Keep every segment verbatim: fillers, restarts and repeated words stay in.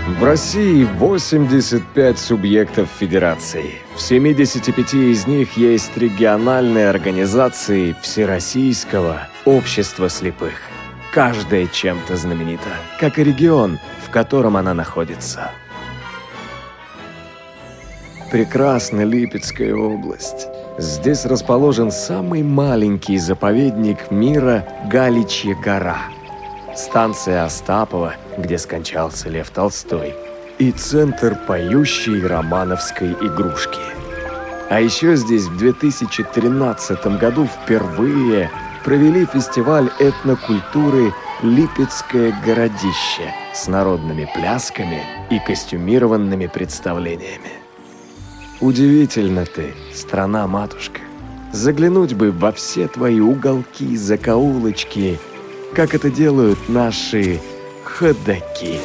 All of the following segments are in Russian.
В России восемьдесят пять субъектов федерации. В семидесяти пяти из них есть региональные организации Всероссийского общества слепых. Каждая чем-то знаменита, как и регион, в котором она находится. Прекрасна Липецкая область. Здесь расположен самый маленький заповедник мира Галичья гора. Станция Остапова, где скончался Лев Толстой, и центр поющей романовской игрушки. А еще здесь в две тысячи тринадцатом году впервые провели фестиваль этнокультуры «Липецкое городище» с народными плясками и костюмированными представлениями. Удивительно ты, страна-матушка. Заглянуть бы во все твои уголки, закоулочки, как это делают наши ходаки.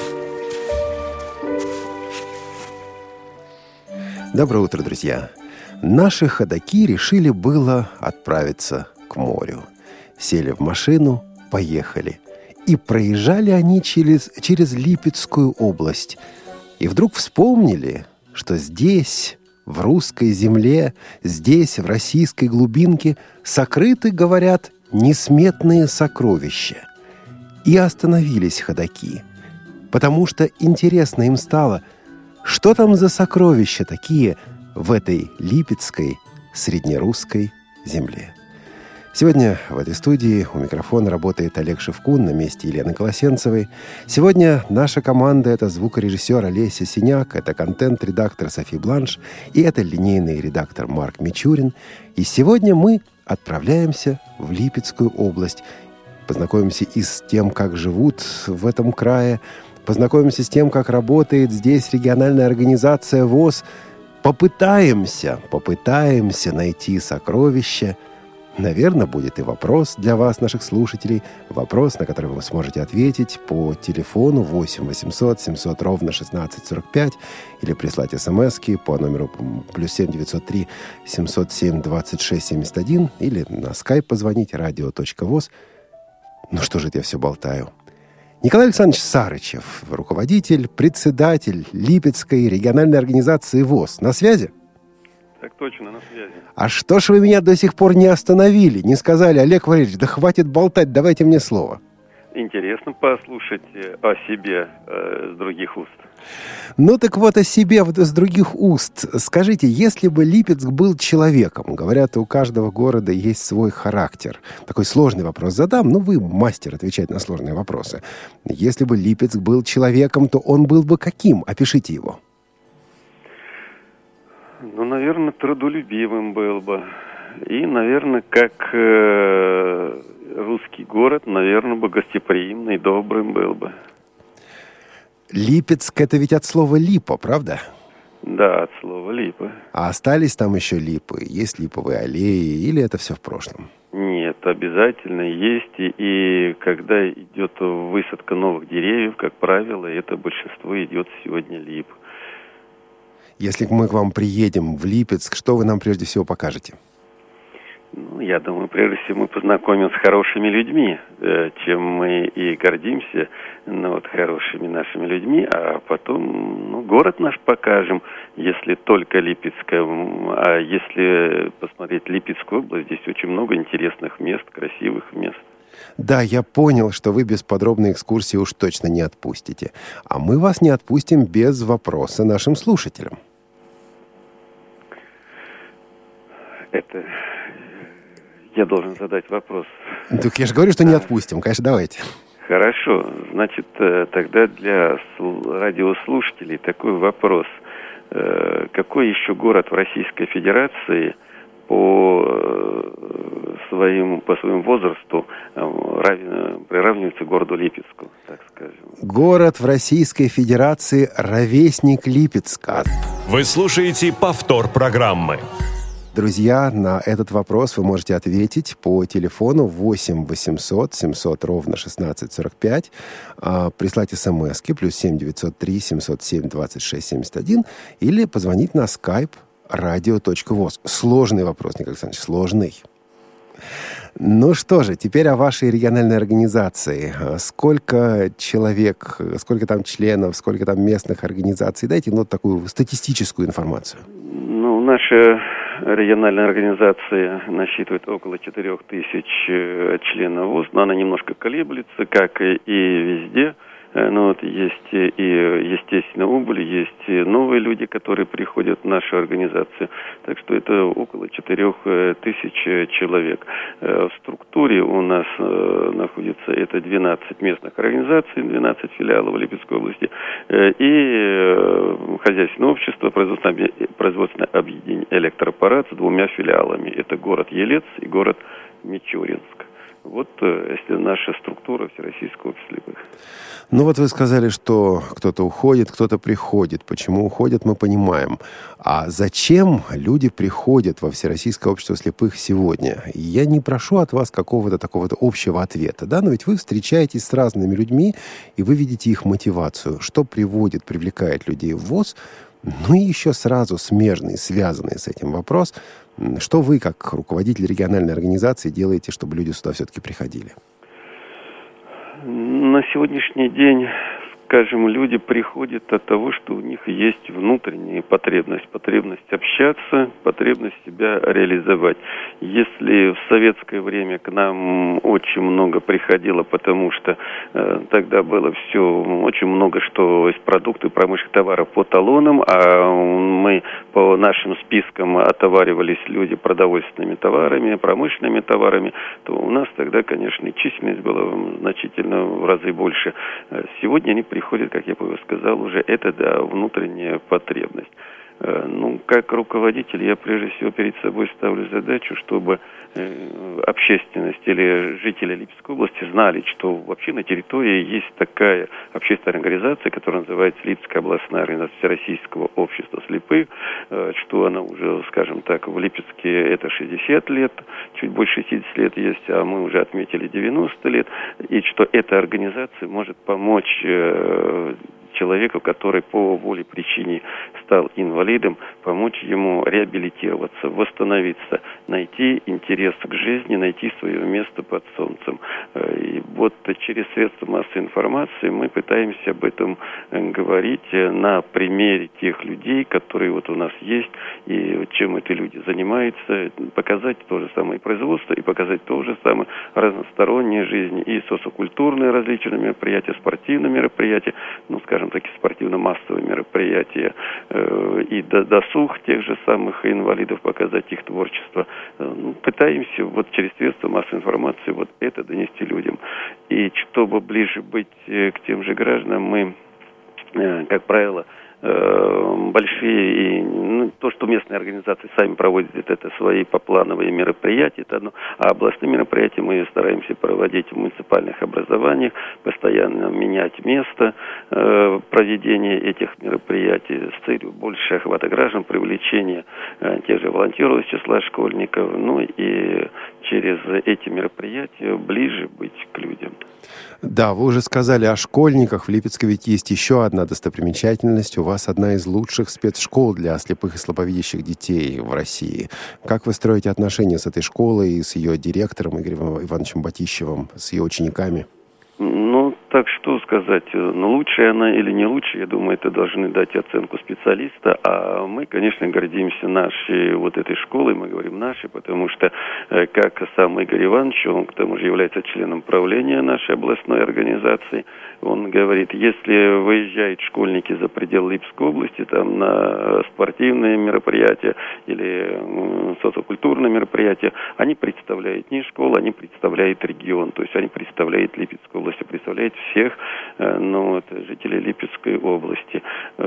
Доброе утро, друзья. Наши ходаки решили было отправиться к морю. Сели в машину, поехали. И проезжали они через, через Липецкую область. И вдруг вспомнили, что здесь, в русской земле, здесь, в российской глубинке, сокрыты, говорят, несметные сокровища. И остановились ходаки, потому что интересно им стало, что там за сокровища такие в этой липецкой среднерусской земле. Сегодня в этой студии у микрофона работает Олег Шевкун на месте Елены Колосенцевой. Сегодня наша команда — это звукорежиссер Олеся Синяк, это контент-редактор Софи Бланш и это линейный редактор Марк Мичурин. И сегодня мы отправляемся в Липецкую область. Познакомимся и с тем, как живут в этом крае. Познакомимся с тем, как работает здесь региональная организация ВОС. Попытаемся, попытаемся найти сокровища. Наверное, будет и вопрос для вас, наших слушателей. Вопрос, на который вы сможете ответить по телефону восемь восемьсот семьсот ровно шестнадцать сорок пять или прислать смски по номеру плюс семь девятьсот три семьсот семь двадцать шесть семьдесят один или на скайп позвонить радио.воз. Ну что же это я все болтаю? Николай Александрович Сарычев, руководитель, председатель Липецкой региональной организации ВОС. На связи? Так точно, на связи. А что ж вы меня до сих пор не остановили? Не сказали: Олег Валерьевич, да хватит болтать, давайте мне слово. Интересно послушать о себе э, с других уст. Ну так вот, о себе с других уст. Скажите, если бы Липецк был человеком, говорят, у каждого города есть свой характер. Такой сложный вопрос задам, но вы мастер отвечать на сложные вопросы. Если бы Липецк был человеком, то он был бы каким? Опишите его. Ну, наверное, трудолюбивым был бы. И, наверное, как э, русский город, наверное, бы гостеприимный, добрым был бы. Липецк — это ведь от слова «липа», правда? Да, от слова «липа». А остались там еще липы? Есть липовые аллеи? Или это все в прошлом? Нет, обязательно есть. И, и когда идет высадка новых деревьев, как правило, это большинство идет сегодня лип. Если мы к вам приедем в Липецк, что вы нам прежде всего покажете? Ну, я думаю, прежде всего мы познакомимся с хорошими людьми, чем мы и гордимся, ну, вот, хорошими нашими людьми, а потом, ну, город наш покажем, если только Липецкая, а если посмотреть Липецкую область, здесь очень много интересных мест, красивых мест. Да, я понял, что вы без подробной экскурсии уж точно не отпустите. А мы вас не отпустим без вопроса нашим слушателям. Это... Я должен задать вопрос. Так я же говорю, что не отпустим. Конечно, давайте. Хорошо. Значит, тогда для радиослушателей такой вопрос. Какой еще город в Российской Федерации по своему, по своему возрасту равен, приравнивается городу Липецку, так скажем? Город в Российской Федерации ровесник Липецка. Вы слушаете повтор программы. Друзья, на этот вопрос вы можете ответить по телефону восемь восемьсот семьсот ровно шестнадцать сорок пять, э, прислать смски плюс семь девятьсот три семьсот семь двадцать шесть семьдесят один или позвонить на skype радио.воз. Сложный вопрос, Николай Александрович, сложный. Ну что же, теперь о вашей региональной организации. Сколько человек, сколько там членов, сколько там местных организаций? Дайте ну, такую статистическую информацию. Ну, наша региональная организация насчитывает около четырех тысяч членов ВОС, но она немножко колеблется, как и везде. Ну, вот есть и, естественно, убыль, есть и новые люди, которые приходят в нашу организацию. Так что это около четырех тысяч человек. В структуре у нас находится это двенадцать местных организаций, двенадцать филиалов в Липецкой области и хозяйственное общество, производственное, производственное объединение «Электроаппарат» с двумя филиалами. Это город Елец и город Мичуринск. Вот если наша структура Всероссийского общества слепых. Ну вот вы сказали, что кто-то уходит, кто-то приходит. Почему уходят, мы понимаем. А зачем люди приходят во Всероссийское общество слепых сегодня? Я не прошу от вас какого-то такого-то общего ответа, да, но ведь вы встречаетесь с разными людьми, и вы видите их мотивацию. Что приводит, привлекает людей в ВОС? Ну и еще сразу смежный, связанный с этим вопрос. Что вы, как руководитель региональной организации, делаете, чтобы люди сюда все-таки приходили? На сегодняшний день, скажем, люди приходят от того, что у них есть внутренняя потребность. Потребность общаться, потребность себя реализовать. Если в советское время к нам очень много приходило, потому что э, тогда было все, очень много что из продуктов, промышленных товаров по талонам, а мы по нашим спискам отоваривались люди продовольственными товарами, промышленными товарами, то у нас тогда, конечно, численность была значительно в разы больше. Сегодня они приходят, как я бы сказал, уже это, да, внутренняя потребность. Ну, как руководитель, я прежде всего перед собой ставлю задачу, чтобы э, общественность или жители Липецкой области знали, что вообще на территории есть такая общественная организация, которая называется Липецкая областная организация Всероссийского общества слепых, э, что она уже, скажем так, в Липецке это шестьдесят лет, чуть больше шестьдесят лет есть, а мы уже отметили девяносто лет, и что эта организация может помочь э, человеку, который по воле причине стал инвалидом, помочь ему реабилитироваться, восстановиться, найти интерес к жизни, найти свое место под солнцем. И вот через средства массовой информации мы пытаемся об этом говорить на примере тех людей, которые вот у нас есть, и чем эти люди занимаются, показать то же самое производство, и показать то же самое разносторонние жизни, и социокультурные различные мероприятия, спортивные мероприятия, ну, скажем, такие спортивно-массовые мероприятия, э, и досуг тех же самых инвалидов, показать их творчество. Э, ну, пытаемся вот через средства массовой информации вот это донести людям. И чтобы ближе быть э, к тем же гражданам, мы, э, как правило, большие, и, ну, то, что местные организации сами проводят, это свои поплановые мероприятия, это одно, а областные мероприятия мы стараемся проводить в муниципальных образованиях, постоянно менять место э, проведения этих мероприятий с целью большего охвата граждан, привлечения э, тех же волонтеров из числа школьников, ну и через эти мероприятия ближе быть к людям. Да, вы уже сказали о школьниках. В Липецке ведь есть еще одна достопримечательность. У вас одна из лучших спецшкол для слепых и слабовидящих детей в России. Как вы строите отношения с этой школой и с ее директором Игорем Ивановичем Батищевым, с ее учениками? Ну, так что сказать, ну, лучшая она или не лучшая, я думаю, это должны дать оценку специалиста, а мы, конечно, гордимся нашей вот этой школой, мы говорим нашей, потому что, как сам Игорь Иванович, он к тому же является членом правления нашей областной организации, он говорит, если выезжают школьники за пределы Липецкой области, там, на спортивные мероприятия или социокультурные мероприятия, они представляют не школу, они представляют регион, то есть они представляют Липецкую область, представляют всех, ну, вот, жителей Липецкой области.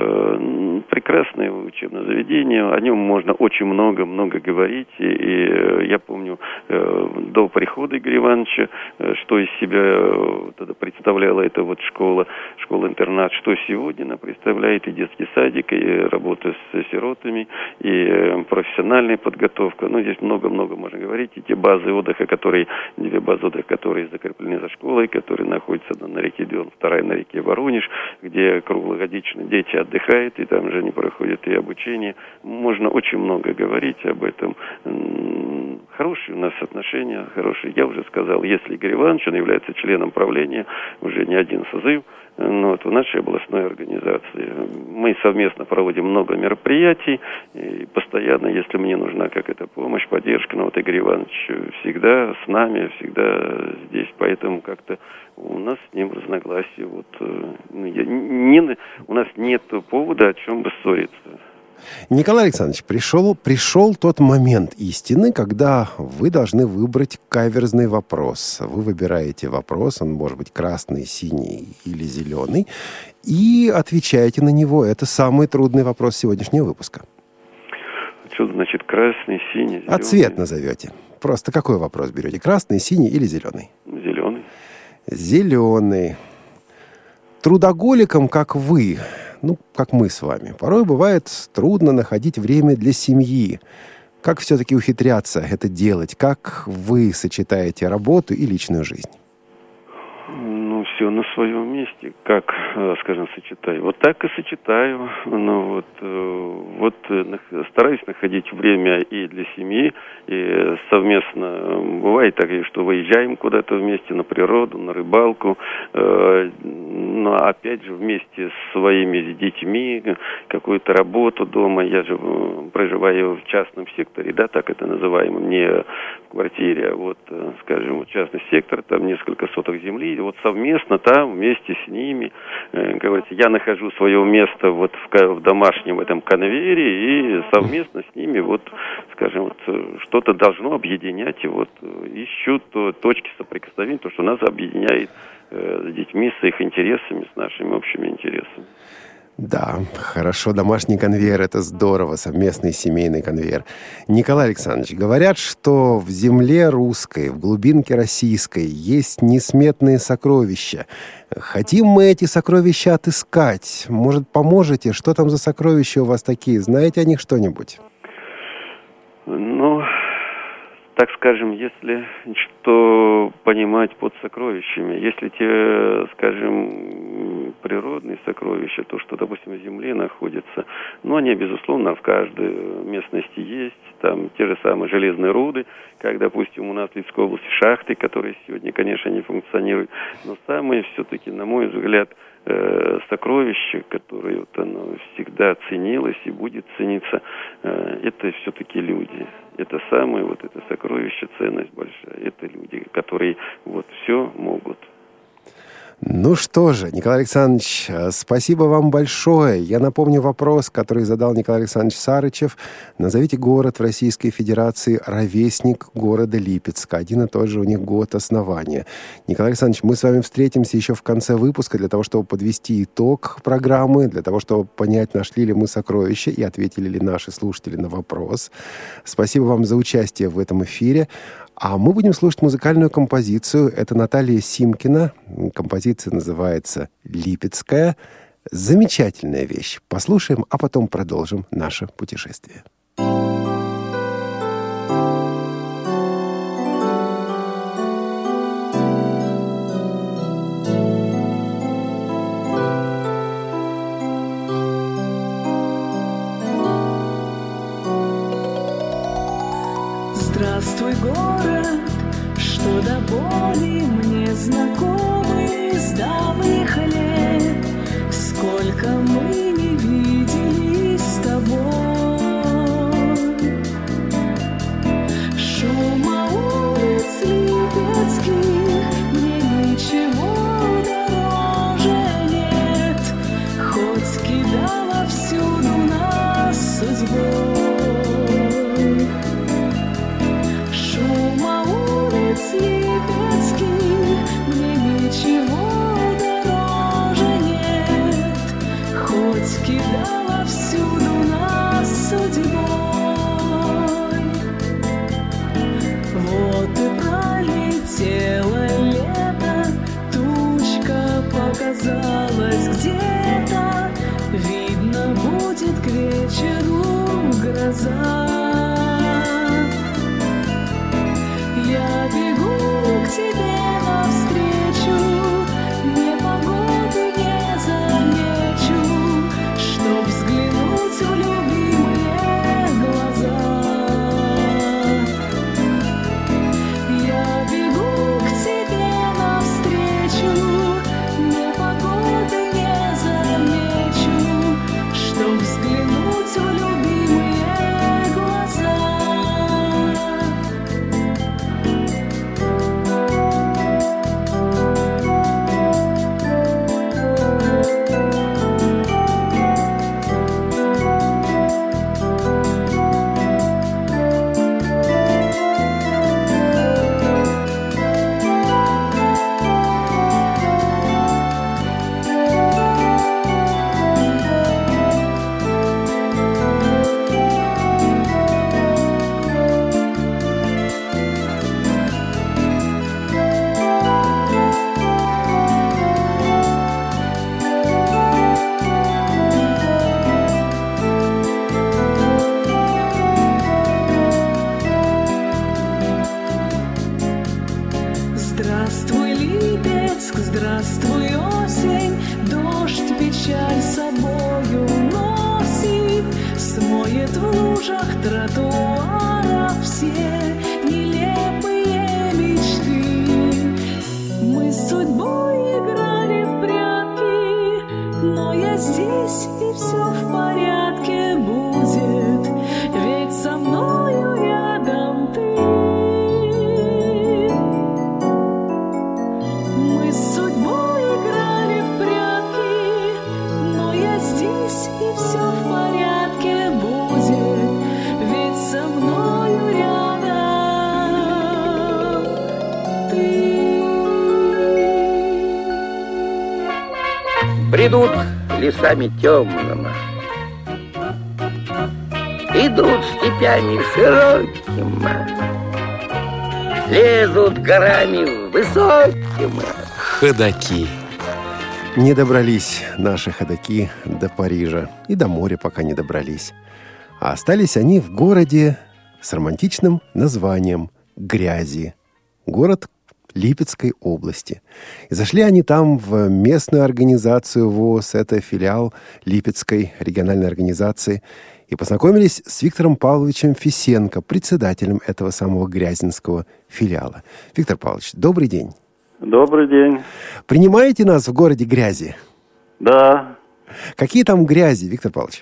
Прекрасное учебное заведение, о нем можно очень много-много говорить, и, и я помню, до прихода Игоря Ивановича, что из себя тогда представляла эта вот школа, школа-интернат, что сегодня она представляет и детский садик, и работа с сиротами, и профессиональная подготовка. Ну, здесь много-много можно говорить. И те базы отдыха, которые, две базы отдыха, которые закреплены за школой, которые находятся на реке Дон, сарай на реке Воронеж, где круглогодично дети отдыхают, и там же они проходят и обучение. Можно очень много говорить об этом. Хорошие у нас отношения, хорошие. Я уже сказал, если Игорь Иванович, он является членом правления, уже не один созыв, ну, вот, в нашей областной организации. Мы совместно проводим много мероприятий, и постоянно, если мне нужна какая-то помощь, поддержка, ну, вот Игорь Иванович всегда с нами, всегда здесь, поэтому как-то у нас с ним разногласия. Вот, ну, я, не, у нас нет повода, о чем бы ссориться. Николай Александрович, пришел, пришел тот момент истины, когда вы должны выбрать каверзный вопрос. Вы выбираете вопрос, он может быть красный, синий или зеленый, и отвечаете на него. Это самый трудный вопрос сегодняшнего выпуска. Что значит красный, синий, зеленый? А цвет назовете. Просто какой вопрос берете? Красный, синий или зеленый? Зеленый. Зеленый. Трудоголикам, как вы, ну, как мы с вами, порой бывает трудно находить время для семьи. Как все-таки ухитряться это делать? Как вы сочетаете работу и личную жизнь? Ну, все на своем месте. Как, скажем, сочетаю? Вот так и сочетаю. Ну, вот, вот стараюсь находить время и для семьи, и совместно. Бывает так, что выезжаем куда-то вместе на природу, на рыбалку. Но опять же вместе с своими детьми, какую-то работу дома. Я же проживаю в частном секторе, да, так это называемом, не в квартире, а вот, скажем, вот частный сектор, там несколько соток земли. И вот совместно там, вместе с ними, э, говорится, я нахожу свое место вот в, в домашнем этом конвейере, и совместно с ними, вот, скажем, вот, что-то должно объединять, и вот ищу то, точки соприкосновения, то, что нас объединяет э, с детьми, с их интересами, с нашими общими интересами. Да, хорошо, домашний конвейер – это здорово, совместный семейный конвейер. Николай Александрович, говорят, что в земле русской, в глубинке российской есть несметные сокровища. Хотим мы эти сокровища отыскать. Может, поможете? Что там за сокровища у вас такие? Знаете о них что-нибудь? Ну, так скажем, если что понимать под сокровищами, если те, скажем, природные сокровища, то, что, допустим, в земле находится, ну, они, безусловно, в каждой местности есть, там те же самые железные руды, как, допустим, у нас в Липецкой области шахты, которые сегодня, конечно, не функционируют, но самые, все-таки, на мой взгляд, сокровище, которое вот оно всегда ценилось и будет цениться, это все-таки люди. Это самое вот это сокровище, ценность большая. Это люди, которые вот все могут. Ну что же, Николай Александрович, спасибо вам большое. Я напомню вопрос, который задал Николай Александрович Сарычев. Назовите город в Российской Федерации, ровесник города Липецка. Один и тот же у них год основания. Николай Александрович, мы с вами встретимся еще в конце выпуска для того, чтобы подвести итог программы, для того, чтобы понять, нашли ли мы сокровища и ответили ли наши слушатели на вопрос. Спасибо вам за участие в этом эфире. А мы будем слушать музыкальную композицию. Это Наталья Симкина. Композиция называется «Липецкая». Замечательная вещь. Послушаем, а потом продолжим наше путешествие. Здравствуй, город, что до боли мне знакомый с давних лет. Сколько мы не виделись с тобой. Шума улиц липецких мне ничего дороже нет. Хоть кидала всюду нас судьбой. Липецких мне ничего дороже нет, хоть кидала всюду нас судьбой. Вот и пролетело лето, тучка показалась где-то, видно будет к вечеру гроза. Я бегу к тебе навстречу, непогода лужах, тротуарах все нелепые мечты. Мы с судьбой играли в прятки, но я здесь, и все в порядке будет, ведь со мною рядом ты. Мы с судьбой играли в прятки, но я здесь, и все в порядке будет, ведь со мною рядом ты. Бредут лесами темными, идут степями широкими, лезут горами высокими. Ходаки. Не добрались наши ходаки до Парижа и до моря пока не добрались. А остались они в городе с романтичным названием Грязи. Город Липецкой области. И зашли они там в местную организацию ВОС, это филиал Липецкой региональной организации, и познакомились с Виктором Павловичем Фисенко, председателем этого самого грязинского филиала. Виктор Павлович, добрый день. Добрый день. Принимаете нас в городе Грязи? Да. Какие там грязи, Виктор Павлович?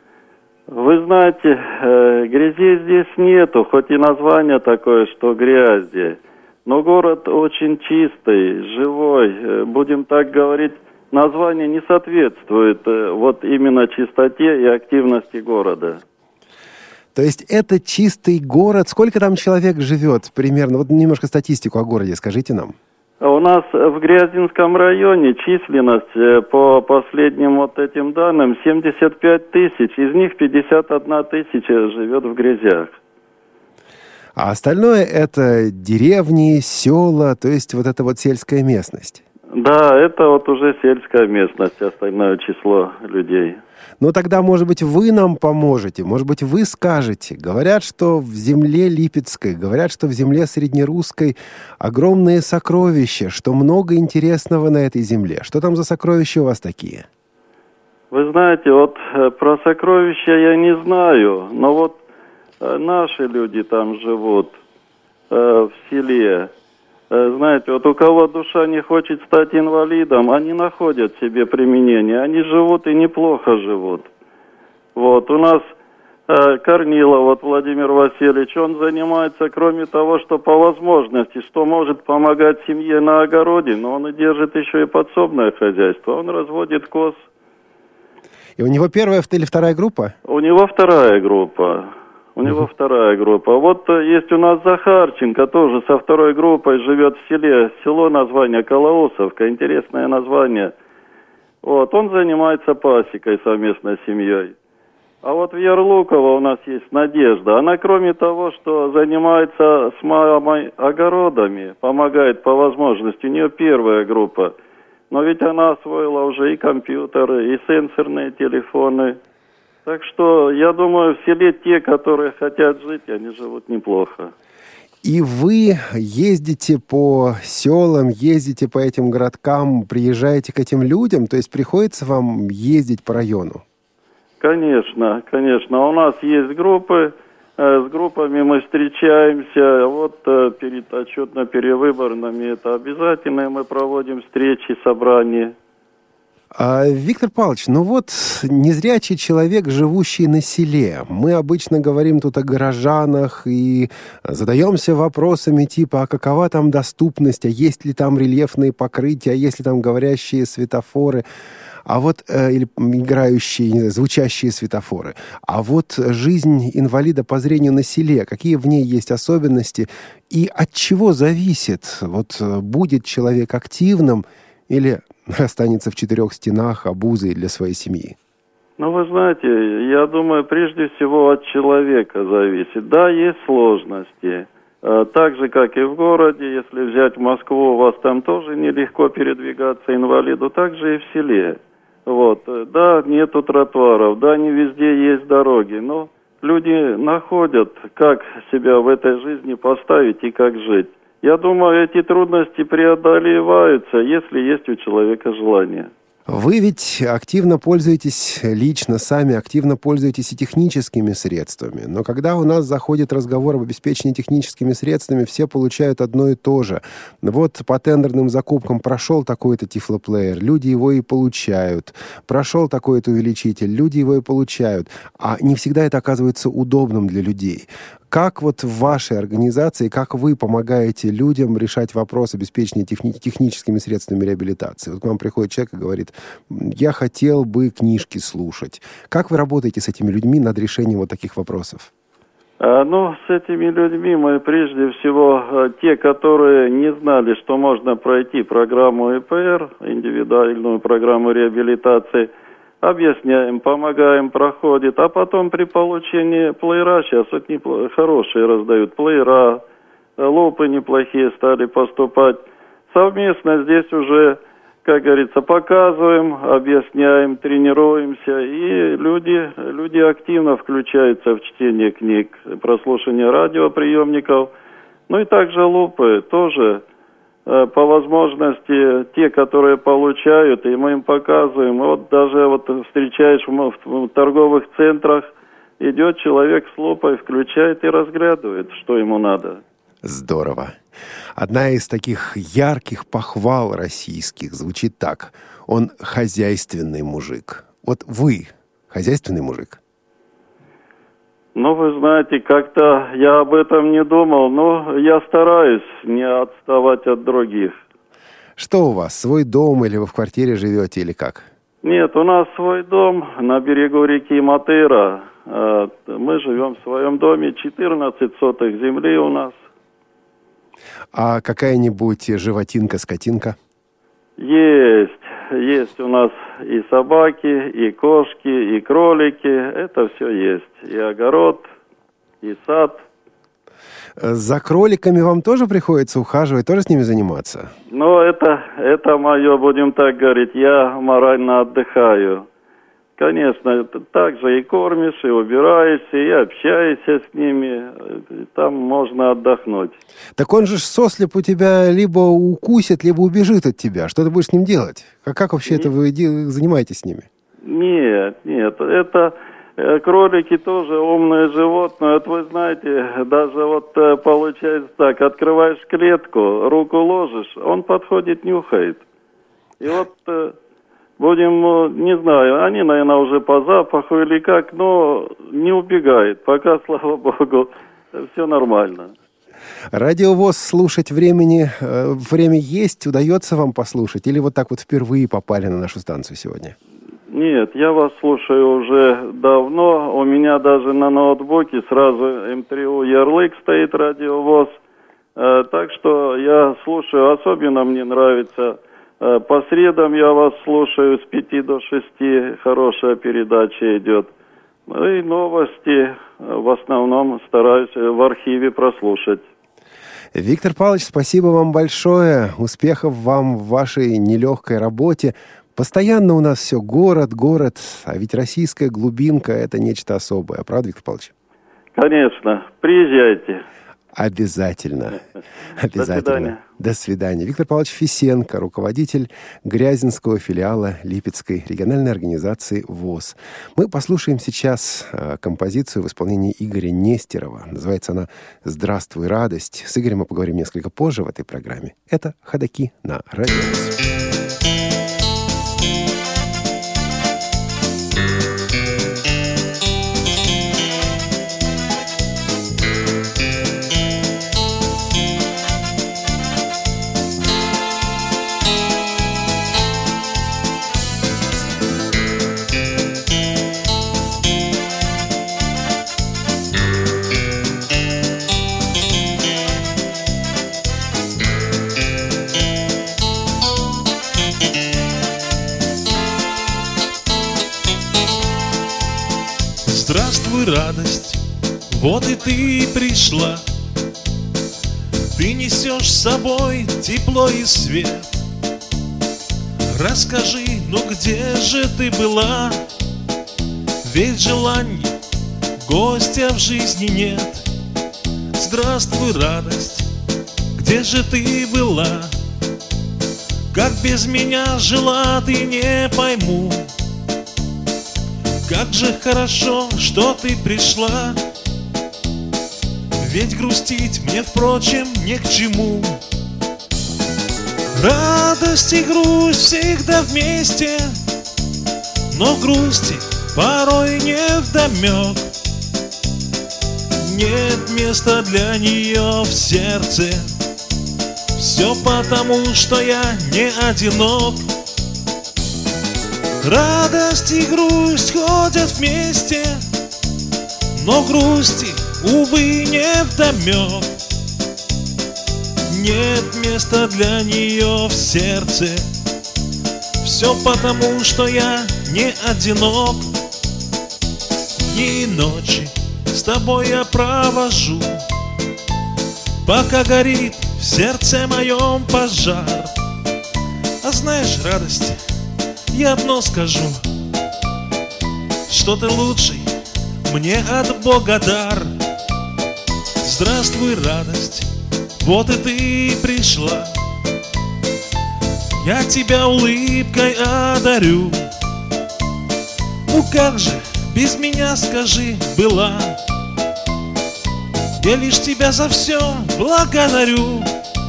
Вы знаете, э, грязи здесь нету, хоть и название такое, что Грязи. Но город очень чистый, живой. Э, будем так говорить, название не соответствует э, вот именно чистоте и активности города. То есть это чистый город. Сколько там человек живет примерно? Вот немножко статистику о городе скажите нам. У нас в Грязинском районе численность э, по последним вот этим данным семьдесят пять тысяч, из них пятьдесят одна тысяча живет в Грязях. А остальное это деревни, села, то есть вот это вот сельская местность. Да, это вот уже сельская местность, остальное число людей. Ну тогда, может быть, вы нам поможете, может быть, вы скажете. Говорят, что в земле Липецкой, говорят, что в земле Среднерусской огромные сокровища, что много интересного на этой земле. Что там за сокровища у вас такие? Вы знаете, вот э, про сокровища я не знаю, но вот э, наши люди там живут э, в селе. Э, знаете, вот у кого душа не хочет стать инвалидом, они находят себе применение, они живут и неплохо живут. Вот, у нас э, Корнилов, вот Владимир Васильевич, он занимается, кроме того, что по возможности, что может помогать семье на огороде, но он и держит еще и подсобное хозяйство, он разводит коз. И у него первая или вторая группа? У него вторая группа. У него uh-huh. вторая группа. Вот есть у нас Захарченко, тоже со второй группой, живет в селе. Село название Колоусовка, интересное название. Вот, он занимается пасекой совместно с семьей. А вот в Ярлуково у нас есть Надежда. Она, кроме того, что занимается с мамой огородами, помогает по возможности, у нее первая группа. Но ведь она освоила уже и компьютеры, и сенсорные телефоны. Так что, я думаю, в селе те, которые хотят жить, они живут неплохо. И вы ездите по селам, ездите по этим городкам, приезжаете к этим людям, то есть приходится вам ездить по району? Конечно, конечно. У нас есть группы, э, с группами мы встречаемся. Вот э, перед отчетно-перевыборными это обязательно, мы проводим встречи, собрания. А, Виктор Павлович, ну вот незрячий человек, живущий на селе. Мы обычно говорим тут о горожанах и задаемся вопросами типа, а какова там доступность, а есть ли там рельефные покрытия, а есть ли там говорящие светофоры, а вот э, или играющие, не знаю, звучащие светофоры. А вот жизнь инвалида по зрению на селе, какие в ней есть особенности и от чего зависит, вот будет человек активным или останется в четырех стенах обузой для своей семьи? Ну, вы знаете, я думаю, прежде всего от человека зависит. Да, есть сложности. Так же, как и в городе, если взять Москву, у вас там тоже нелегко передвигаться инвалиду, так же и в селе. Вот. Да, нету тротуаров, да, не везде есть дороги, но люди находят, как себя в этой жизни поставить и как жить. Я думаю, эти трудности преодолеваются, если есть у человека желание. Вы ведь активно пользуетесь лично сами, активно пользуетесь и техническими средствами. Но когда у нас заходит разговор об обеспечении техническими средствами, все получают одно и то же. Вот по тендерным закупкам прошел такой-то тифлоплеер, люди его и получают. Прошел такой-то увеличитель, люди его и получают. А не всегда это оказывается удобным для людей. Как вот в вашей организации, как вы помогаете людям решать вопрос обеспечения техни- техническими средствами реабилитации? Вот к вам приходит человек и говорит: я хотел бы книжки слушать. Как вы работаете с этими людьми над решением вот таких вопросов? А, ну, с этими людьми мы прежде всего те, которые не знали, что можно пройти программу и пэ эр, индивидуальную программу реабилитации, объясняем, помогаем, проходит, а потом при получении плеера, сейчас вот непло- хорошие раздают плеера, лупы неплохие стали поступать. Совместно здесь уже, как говорится, показываем, объясняем, тренируемся, и люди, люди активно включаются в чтение книг, прослушивание радиоприемников, ну и также лупы тоже. По возможности те, которые получают, и мы им показываем. Вот даже вот встречаешь в, в торговых центрах, идет человек с лупой, включает и разглядывает, что ему надо. Здорово. Одна из таких ярких похвал российских звучит так: он хозяйственный мужик. Вот вы хозяйственный мужик? Ну, вы знаете, как-то я об этом не думал, но я стараюсь не отставать от других. Что у вас, свой дом, или вы в квартире живете, или как? Нет, у нас свой дом на берегу реки Матыра. Мы живем в своем доме, четырнадцать соток земли у нас. А какая-нибудь животинка, скотинка? Есть. Есть у нас и собаки, и кошки, и кролики. Это все есть. И огород, и сад. За кроликами вам тоже приходится ухаживать, тоже с ними заниматься? Ну, это, это мое, будем так говорить, я морально отдыхаю. Конечно, так же и кормишь, и убираешься, и общаешься с ними. Там можно отдохнуть. Так он же сослеп у тебя либо укусит, либо убежит от тебя. Что ты будешь с ним делать? А как вообще нет. это вы занимаетесь с ними? Нет, нет. Это э, кролики тоже умные животные. Вот вы знаете, даже вот э, получается так. Открываешь клетку, руку ложишь, он подходит, нюхает. И вот... Э, Будем, не знаю, они, наверное, уже по запаху или как, но не убегает. Пока, слава богу, все нормально. Радио ВОС слушать времени, э, время есть, удается вам послушать? Или вот так вот впервые попали на нашу станцию сегодня? Нет, я вас слушаю уже давно. У меня даже на ноутбуке сразу эм три у ярлык стоит Радио ВОС. Э, так что я слушаю, особенно мне нравится... По средам я вас слушаю с пяти до шести, хорошая передача идет. Ну и новости в основном стараюсь в архиве прослушать. Виктор Павлович, спасибо вам большое. Успехов вам в вашей нелегкой работе. Постоянно у нас все город, город, а ведь российская глубинка — это нечто особое. Правда, Виктор Павлович? Конечно. Приезжайте. Обязательно. Обязательно. До свидания. До свидания. Виктор Павлович Фисенко, руководитель Грязинского филиала Липецкой региональной организации ВОС. Мы послушаем сейчас э, композицию в исполнении Игоря Нестерова. Называется она «Здравствуй, радость». С Игорем мы поговорим несколько позже в этой программе. Это «Ходоки» на Радио ВОС. Здравствуй, радость, вот и ты пришла. Ты несешь с собой тепло и свет. Расскажи, ну где же ты была? Ведь желаний гостя в жизни нет. Здравствуй, радость, где же ты была? Как без меня жила, ты не пойму. Как же хорошо, что ты пришла. Ведь грустить мне, впрочем, не к чему. Радость и грусть всегда вместе, но грусти порой невдомек. Нет места для нее в сердце. Все потому, что я не одинок. Радость и грусть ходят вместе, но грусти, увы, невдомек. Нет места для нее в сердце. Все потому, что я не одинок. Дни и ночи с тобой я провожу, пока горит в сердце моем пожар. А знаешь, радость, я одно скажу, что ты лучший мне от Бога дар. Здравствуй, радость, вот и ты пришла. Я тебя улыбкой одарю. Ну как же без меня, скажи, была? Я лишь тебя за все благодарю.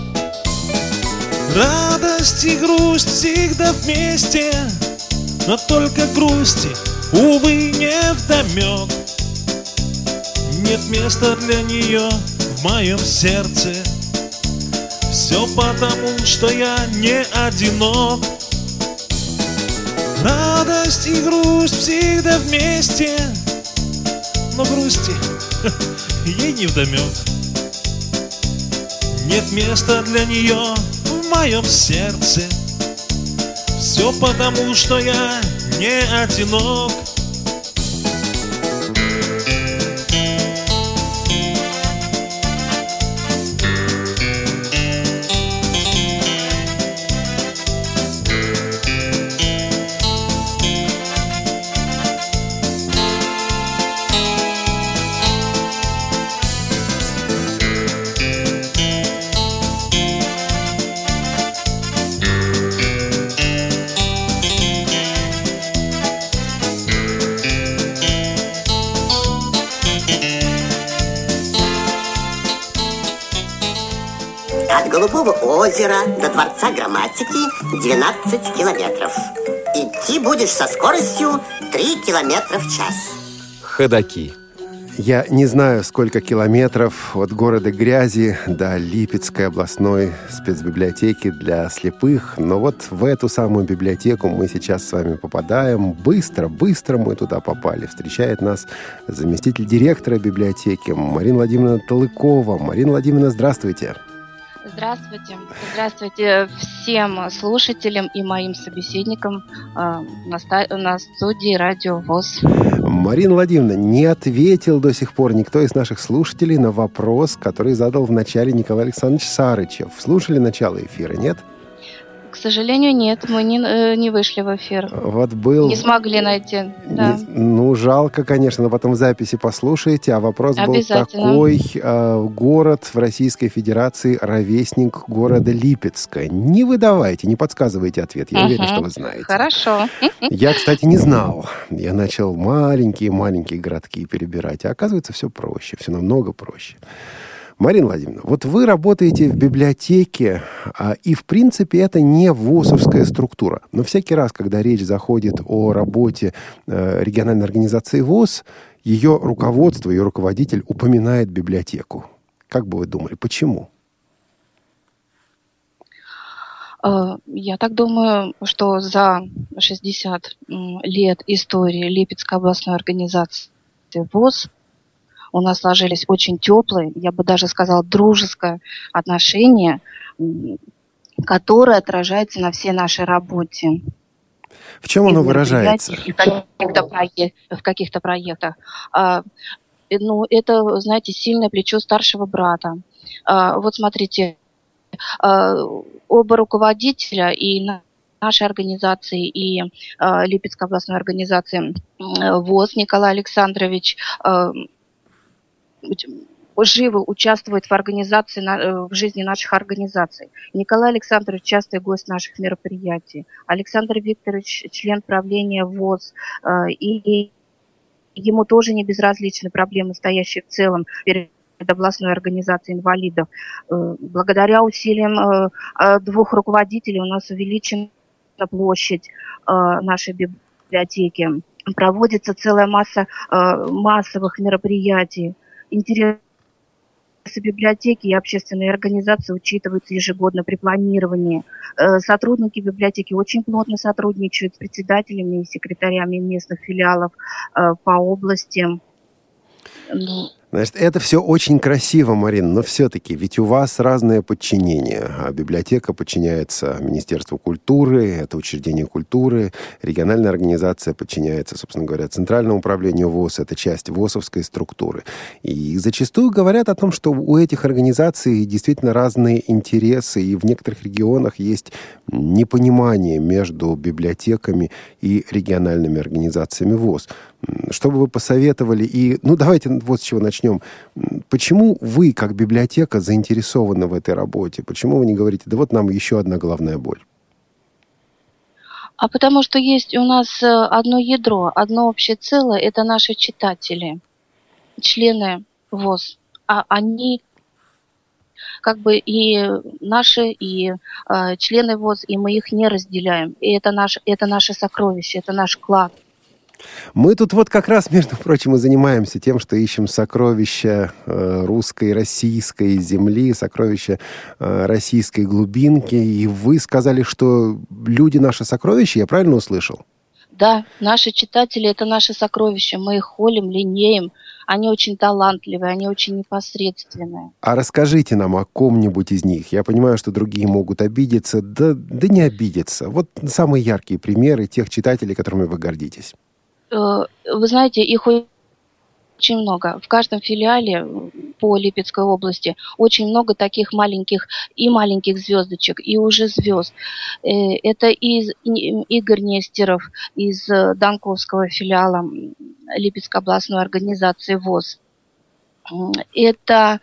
Радость и грусть всегда вместе, но только грусти, увы, невдомек. Нет места для нее в моем сердце. Все потому, что я не одинок. Радость и грусть всегда вместе, но грусти ей невдомек. Нет места для нее в моем сердце. Все потому, что я не одинок. От Голубого озера до Дворца грамматики двенадцать километров. Идти будешь со скоростью три километра в час. Ходаки. Я не знаю, сколько километров от города Грязи до Липецкой областной спецбиблиотеки для слепых, но вот в эту самую библиотеку мы сейчас с вами попадаем. Быстро, быстро мы туда попали. Встречает нас заместитель директора библиотеки Марина Владимировна Талыкова. Марина Владимировна, здравствуйте. Здравствуйте. Здравствуйте всем слушателям и моим собеседникам э, на, ста- на студии Радио ВОС. Марина Владимировна, не ответил до сих пор никто из наших слушателей на вопрос, который задал в начале Николай Александрович Сарычев. Слушали начало эфира, нет? К сожалению, нет, мы не, э, не вышли в эфир. Вот был... Не смогли найти. Да. Не, ну, жалко, конечно, но потом в записи послушайте. А вопрос был такой. Э, город в Российской Федерации ровесник города Липецка. Не выдавайте, не подсказывайте ответ. Я uh-huh. уверен, что вы знаете. Хорошо. Я, кстати, не знал. Я начал маленькие-маленькие городки перебирать. А оказывается, все проще, все намного проще. Марина Владимировна, вот вы работаете в библиотеке, а, и, в принципе, это не ВОСовская структура. Но всякий раз, когда речь заходит о работе э, региональной организации ВОС, ее руководство, ее руководитель упоминает библиотеку. Как бы вы думали, почему? Я так думаю, что за шестьдесят лет истории Липецкой областной организации ВОС у нас сложились очень теплые, я бы даже сказала, дружеское отношение, которое отражается на всей нашей работе. В чем оно выражается? В каких-то, проек- в каких-то проектах. А, ну, это, знаете, сильное плечо старшего брата. А, вот смотрите, а, оба руководителя и нашей организации, и а, Липецкой областной организации ВОС Николай Александрович а, живо участвует в организации, в жизни наших организаций. Николай Александрович – частый гость наших мероприятий. Александр Викторович – член правления ВОС. И ему тоже не безразличны проблемы, стоящие в целом перед областной организацией инвалидов. Благодаря усилиям двух руководителей у нас увеличена площадь нашей библиотеки. Проводится целая масса массовых мероприятий. Интересы библиотеки и общественные организации учитываются ежегодно при планировании. Сотрудники библиотеки очень плотно сотрудничают с председателями и секретарями местных филиалов по области. Значит, это все очень красиво, Марина, но все-таки, ведь у вас разное подчинение. А библиотека подчиняется Министерству культуры, это учреждение культуры, региональная организация подчиняется, собственно говоря, Центральному управлению ВОС, это часть ВОСовской структуры. И зачастую говорят о том, что у этих организаций действительно разные интересы, и в некоторых регионах есть непонимание между библиотеками и региональными организациями ВОС. Что бы вы посоветовали? И, ну, давайте вот с чего начнем. Почему вы, как библиотека, заинтересованы в этой работе? Почему вы не говорите, да вот нам еще одна головная боль? А потому что есть у нас одно ядро, одно общее целое, это наши читатели, члены ВОС. А они как бы и наши, и э, члены ВОС, и мы их не разделяем. И это, наш, это наше сокровище, это наш клад. Мы тут вот как раз, между прочим, и занимаемся тем, что ищем сокровища э, русской, российской земли, сокровища э, российской глубинки. И вы сказали, что люди наши сокровища, я правильно услышал? Да, наши читатели – это наши сокровища. Мы их холим, линеем. Они очень талантливые, они очень непосредственные. А расскажите нам о ком-нибудь из них. Я понимаю, что другие могут обидеться, да, да не обидеться. Вот самые яркие примеры тех читателей, которыми вы гордитесь. Вы знаете, их очень много. В каждом филиале по Липецкой области очень много таких маленьких и маленьких звездочек, и уже звезд. Это из, Игорь Нестеров из Донковского филиала Липецкой областной организации ВОС. Это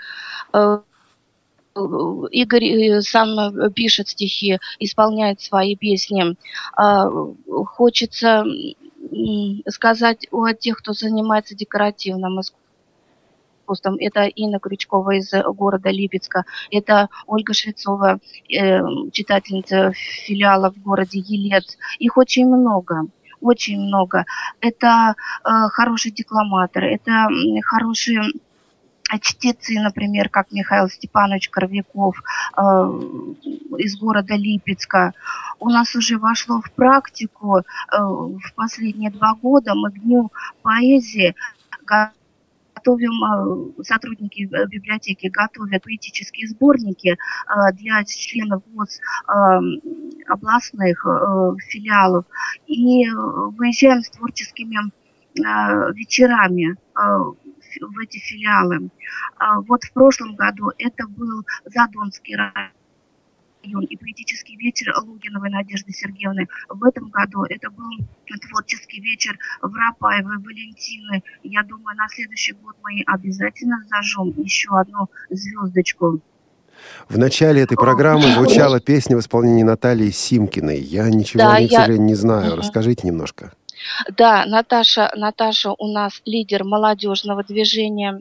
Игорь сам пишет стихи, исполняет свои песни. Хочется сказать о тех, кто занимается декоративным искусством. Это Инна Крючкова из города Липецка, это Ольга Швецова, э, читательница филиала в городе Елец. Их очень много, очень много. Это э, хорошие декламаторы, это хорошие чтецы, например, как Михаил Степанович Коровиков э, из города Липецка. У нас уже вошло в практику э, в последние два года. Мы к Дню поэзии готовим, э, сотрудники библиотеки готовят поэтические сборники э, для членов ВОС э, областных э, филиалов. И выезжаем с творческими э, вечерами э, в эти филиалы. Вот в прошлом году это был Задонский район и поэтический вечер Лугиновой Надежды Сергеевны. В этом году это был творческий вечер Воропаевой Валентины. Я думаю, на следующий год мы обязательно зажжем еще одну звездочку. В начале этой программы звучала песня в исполнении Натальи Симкиной. Я ничего да, о ней, я... к сожалению, не знаю. Расскажите немножко. Да, Наташа, Наташа у нас лидер молодежного движения.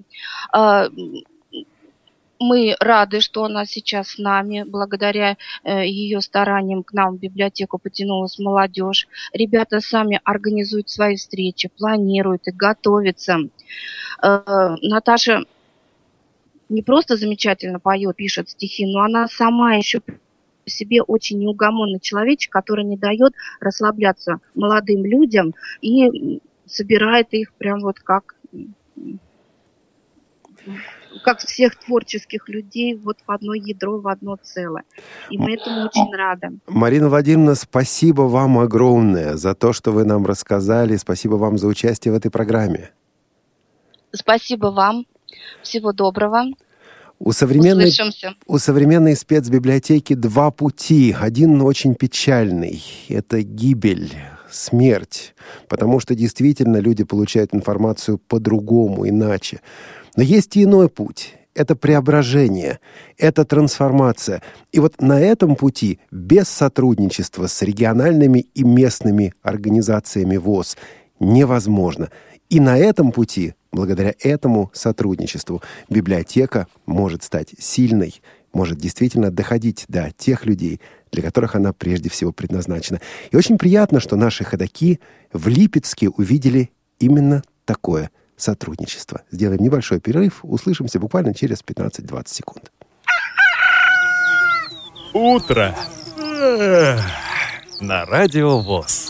Мы рады, что она сейчас с нами. Благодаря ее стараниям к нам в библиотеку потянулась молодежь. Ребята сами организуют свои встречи, планируют и готовятся. Наташа не просто замечательно поет, пишет стихи, но она сама еще по себе очень неугомонный человечек, который не дает расслабляться молодым людям и собирает их прям вот как, как всех творческих людей вот в одно ядро, в одно целое. И мы этому очень рады. Марина Владимировна, спасибо вам огромное за то, что вы нам рассказали. Спасибо вам за участие в этой программе. Спасибо вам. Всего доброго. У современной, Услышимся. У современной спецбиблиотеки два пути. Один очень печальный. Это гибель, смерть. Потому что действительно люди получают информацию по-другому, иначе. Но есть и иной путь. это преображение, это трансформация. И вот на этом пути без сотрудничества с региональными и местными организациями ВОС невозможно. И на этом пути, благодаря этому сотрудничеству, библиотека может стать сильной, может действительно доходить до тех людей, для которых она прежде всего предназначена. И очень приятно, что наши ходаки в Липецке увидели именно такое сотрудничество. Сделаем небольшой перерыв, услышимся буквально через пятнадцать-двадцать секунд. Утро на Радио ВОС.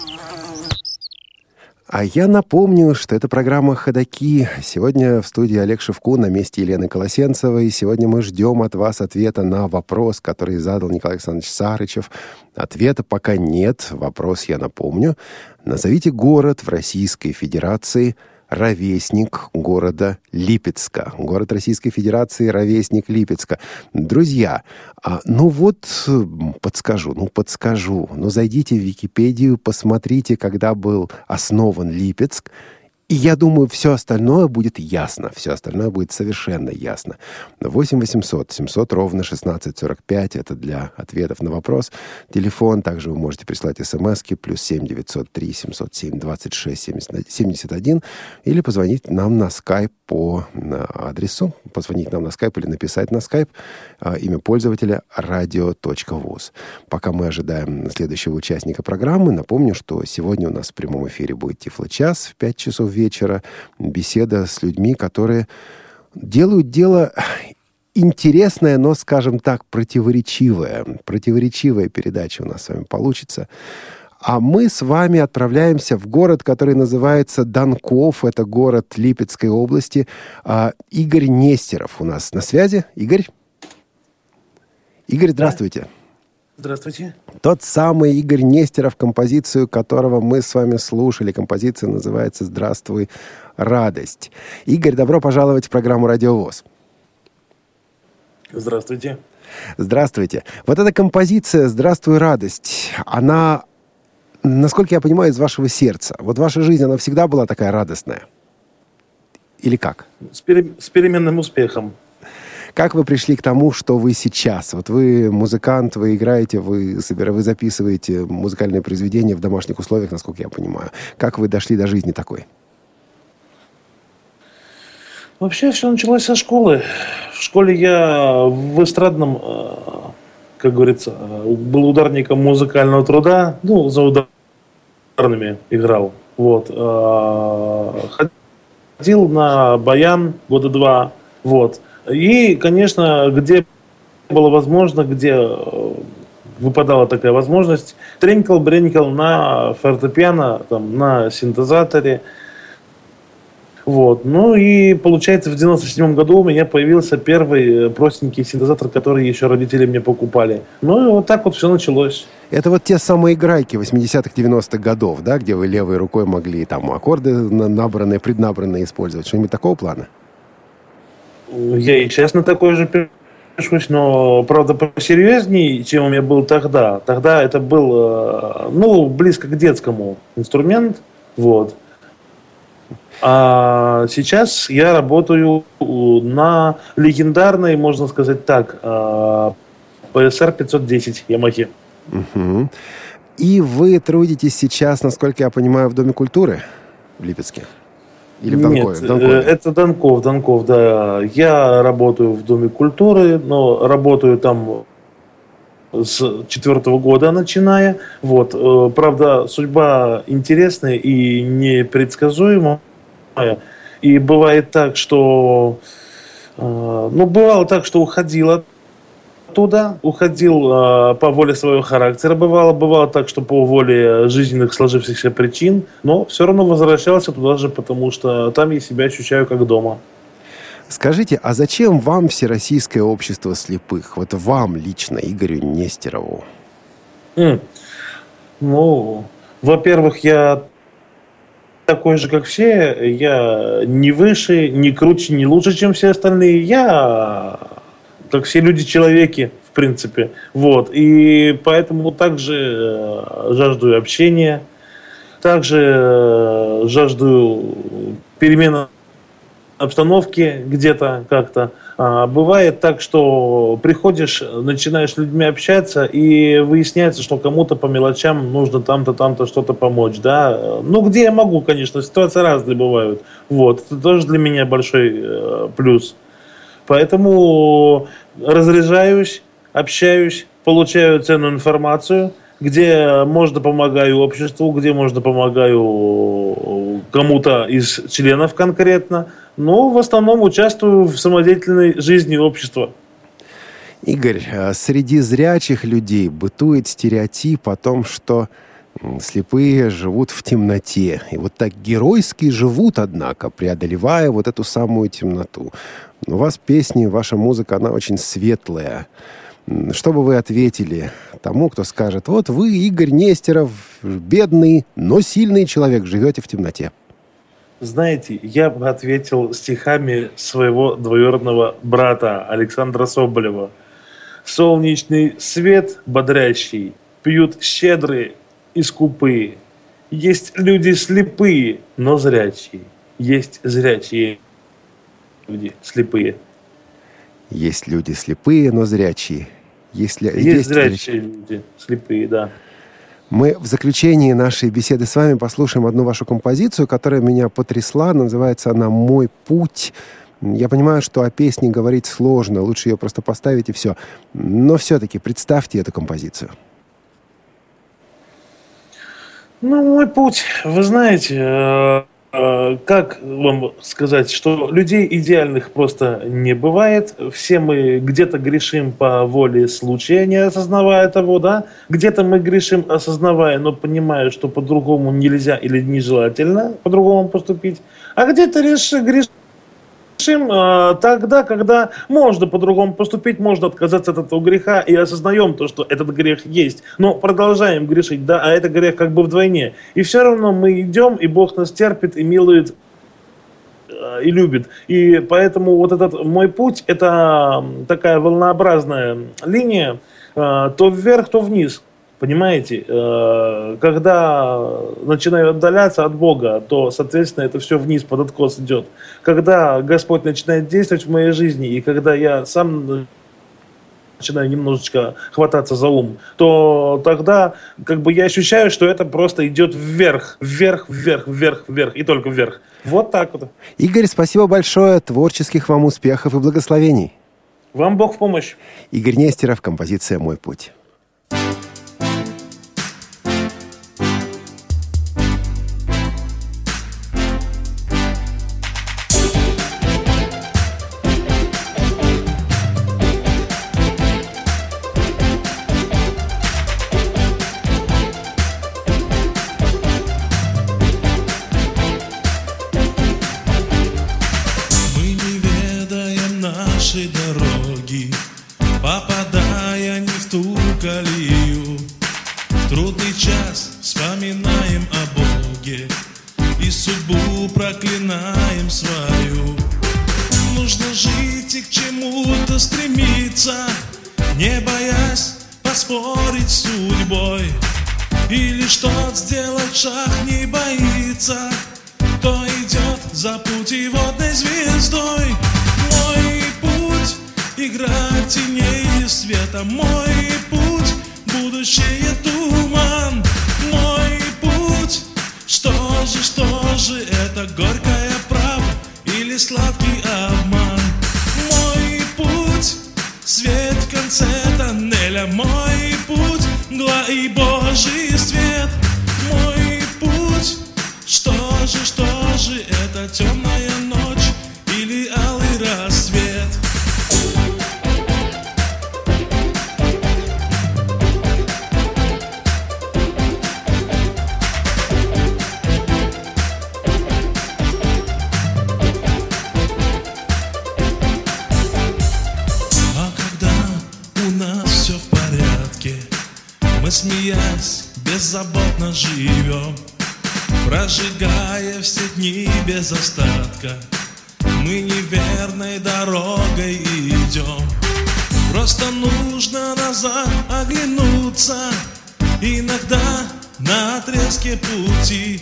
А я напомню, что это программа «Ходаки». Сегодня в студии Олег Шевкун на месте Елены Колосенцевой. Сегодня мы ждем от вас ответа на вопрос, который задал Николай Александрович Сарычев. Ответа пока нет. Вопрос я напомню. Назовите город в Российской Федерации, ровесник города Липецка. Город Российской Федерации, ровесник Липецка. Друзья, а, ну вот подскажу, ну подскажу. Ну зайдите в Википедию, посмотрите, когда был основан Липецк. И я думаю, все остальное будет ясно. Все остальное будет совершенно ясно. восемь восемьсот семьсот ровно шестнадцать сорок пять. Это для ответов на вопрос. Телефон. Также вы можете прислать смски. Плюс семь девятьсот три семьсот семь двадцать шесть семьдесят один. Или позвонить нам на скайп по адресу. Позвонить нам на скайп или написать на скайп. Имя пользователя radio.voz. Пока мы ожидаем следующего участника программы, напомню, что сегодня у нас в прямом эфире будет Тифлочас в пять часов вечера. Беседа с людьми, которые делают дело интересное, но, скажем так, противоречивое. Противоречивая передача у нас с вами получится. А мы с вами отправляемся в город, который называется Донков. Это город Липецкой области. А, Игорь Нестеров у нас на связи. Игорь? Игорь, здравствуйте. Здравствуйте. Тот самый Игорь Нестеров, композицию которого мы с вами слушали. Композиция называется «Здравствуй, радость». Игорь, добро пожаловать в программу «Радио ВОС». Здравствуйте. Здравствуйте. Вот эта композиция «Здравствуй, радость», она, насколько я понимаю, из вашего сердца. Вот ваша жизнь, она всегда была такая радостная? Или как? С, пере... с переменным успехом. Как вы пришли к тому, что вы сейчас? Вот вы музыкант, вы играете, вы, собира... вы записываете музыкальные произведения в домашних условиях, насколько я понимаю. Как вы дошли до жизни такой? Вообще все началось со школы. В школе я в эстрадном, как говорится, был ударником музыкального труда. Ну, за ударными играл. Вот. Ходил на баян года два. Вот. И, конечно, где было возможно, где выпадала такая возможность, тренькал-бренькал на фортепиано, там, на синтезаторе. Вот. Ну и, получается, в девяносто седьмом году у меня появился первый простенький синтезатор, который еще родители мне покупали. Ну и вот так вот все началось. Это вот те самые грайки восьмидесятых-девяностых годов, да, где вы левой рукой могли там аккорды набранные, преднабранные использовать. Что-нибудь такого плана? Я и сейчас на такой же пишусь, но, правда, посерьезнее, чем у меня был тогда. Тогда это был, ну, близко к детскому инструмент, вот. А сейчас я работаю на легендарной, можно сказать так, пи эс ар пятьсот десять Ямахи. Угу. И вы трудитесь сейчас, насколько я понимаю, в Доме культуры в Липецке? Или в Донкове? Нет, в Донкове? Это Донков, Донков, да. Я работаю в Доме культуры, но работаю там с четвертого года начиная. Вот. Правда, судьба интересная и непредсказуемая. И бывает так, что... Ну, бывало так, что уходил оттуда, уходил по воле своего характера. Бывало, бывало так, что по воле жизненных сложившихся причин, но все равно возвращался туда же, потому что там я себя ощущаю как дома. Скажите, а зачем вам Всероссийское общество слепых? Вот вам лично, Игорю Нестерову. Mm. Ну, во-первых, я такой же, как все. Я не выше, не круче, не лучше, чем все остальные. Я, как все люди-человеки, в принципе. Вот. И поэтому также жаждаю общения, также жаждаю перемены обстановки где-то как-то. А, бывает так, что приходишь, начинаешь с людьми общаться, и выясняется, что кому-то по мелочам нужно там-то, там-то что-то помочь, да. Ну, где я могу, конечно, ситуации разные бывают. Вот, это тоже для меня большой э, плюс. Поэтому разряжаюсь, общаюсь, получаю ценную информацию, где можно помогаю обществу, где можно помогаю кому-то из членов конкретно, но в основном участвую в самодеятельной жизни общества. Игорь, среди зрячих людей бытует стереотип о том, что слепые живут в темноте. И вот так геройски живут, однако, преодолевая вот эту самую темноту. У вас песни, ваша музыка, она очень светлая. Что бы вы ответили тому, кто скажет: вот вы, Игорь Нестеров, бедный, но сильный человек, живете в темноте? Знаете, я бы ответил стихами своего двоюродного брата Александра Соболева. «Солнечный свет бодрящий пьют щедрые и скупые. Есть люди слепые, но зрячие. Есть зрячие люди слепые». Есть люди слепые, но зрячие. Есть, есть, есть зрячие люди слепые, да. Мы в заключении нашей беседы с вами послушаем одну вашу композицию, которая меня потрясла. Называется она «Мой путь». Я понимаю, что о песне говорить сложно. Лучше ее просто поставить и все. Но все-таки представьте эту композицию. Ну, мой путь, вы знаете... Как вам сказать, что людей идеальных просто не бывает. Все мы где-то грешим по воле случая, не осознавая того, да. Где-то мы грешим, осознавая, но понимая, что по-другому нельзя или нежелательно по-другому поступить. А где-то грешим тогда, когда можно по-другому поступить, можно отказаться от этого греха и осознаем то, что этот грех есть, но продолжаем грешить, да, а это грех как бы вдвойне. И все равно мы идем, и Бог нас терпит и милует, и любит. И поэтому вот этот мой путь, это такая волнообразная линия, то вверх, то вниз. Понимаете, когда начинаю отдаляться от Бога, то, соответственно, это все вниз под откос идет. Когда Господь начинает действовать в моей жизни, и когда я сам начинаю немножечко хвататься за ум, то тогда как бы я ощущаю, что это просто идет вверх, вверх, вверх, вверх, вверх, и только вверх. Вот так вот. Игорь, спасибо большое, творческих вам успехов и благословений. Вам Бог в помощь. Игорь Нестеров, композиция «Мой путь». Дороги, попадая не в ту колею, в трудный час вспоминаем о Боге и судьбу проклинаем свою. Нужно жить и к чему-то стремиться, не боясь поспорить с судьбой, или что-то сделать шаг не боится, кто идет за путеводной звездой. Мой путь — игра теней и света. Мой путь — будущее туман. Мой путь — что же, что же это, горькая правда или сладкий обман? Мой путь — свет в конце тоннеля. Мой путь — мгла и Божий свет. Мой путь — что же, что же это, темная ночь или алый рассвет? А когда у нас все в порядке, мы, смеясь, беззаботно живем, прожигая все дни без остатка, мы неверной дорогой идем. Просто нужно назад оглянуться, иногда на отрезке пути,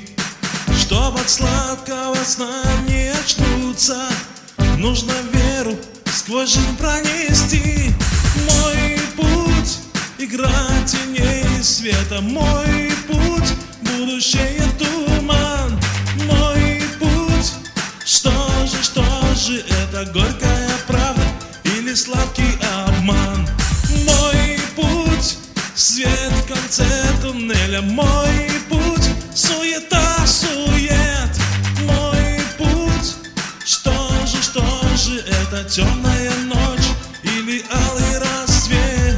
чтоб от сладкого сна не очнуться. Нужно веру сквозь жизнь пронести. Мой путь — игра теней и света. Мой путь — будущее туман. Мой путь — что же, что же это, горькая правда или сладкий обман? Мой путь — свет в конце туннеля. Мой путь — суета, сует. Мой путь — что же, что же это, темная ночь или алый рассвет?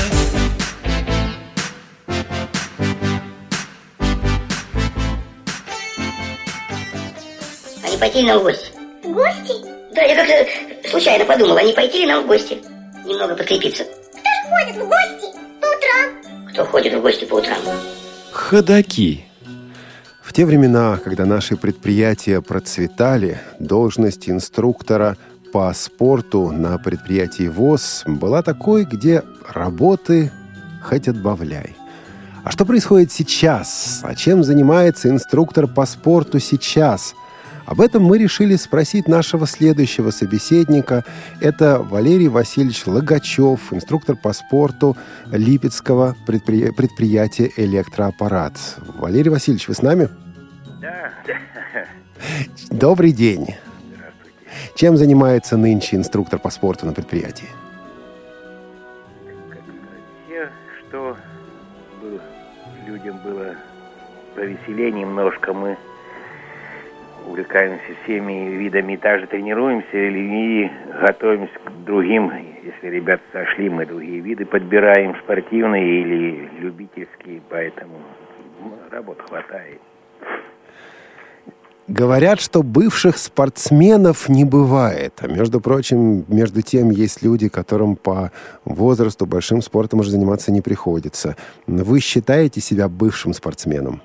А не пойти ли нам в гости? В гости? Да, я как-то случайно подумал, а не пойти ли нам в гости? Немного подкрепиться. Кто ж ходит в гости по утрам? Кто ходит в гости по утрам? Ходаки. В те времена, когда наши предприятия процветали, должность инструктора по спорту на предприятии ВОС была такой, где работы хоть отбавляй. А что происходит сейчас? А чем занимается инструктор по спорту сейчас? Об этом мы решили спросить нашего следующего собеседника. Это Валерий Васильевич Логачев, инструктор по спорту Липецкого предпри... предприятия «Электроаппарат». Валерий Васильевич, вы с нами? Да. Добрый день. Здравствуйте. Чем занимается нынче инструктор по спорту на предприятии? Все, что было, людям было повеселее немножко, мы увлекаемся всеми видами, также тренируемся и готовимся к другим. Если ребята сошли, мы другие виды подбираем, спортивные или любительские, поэтому работы хватает. Говорят, что бывших спортсменов не бывает. А между прочим, между тем, есть люди, которым по возрасту большим спортом уже заниматься не приходится. Вы считаете себя бывшим спортсменом?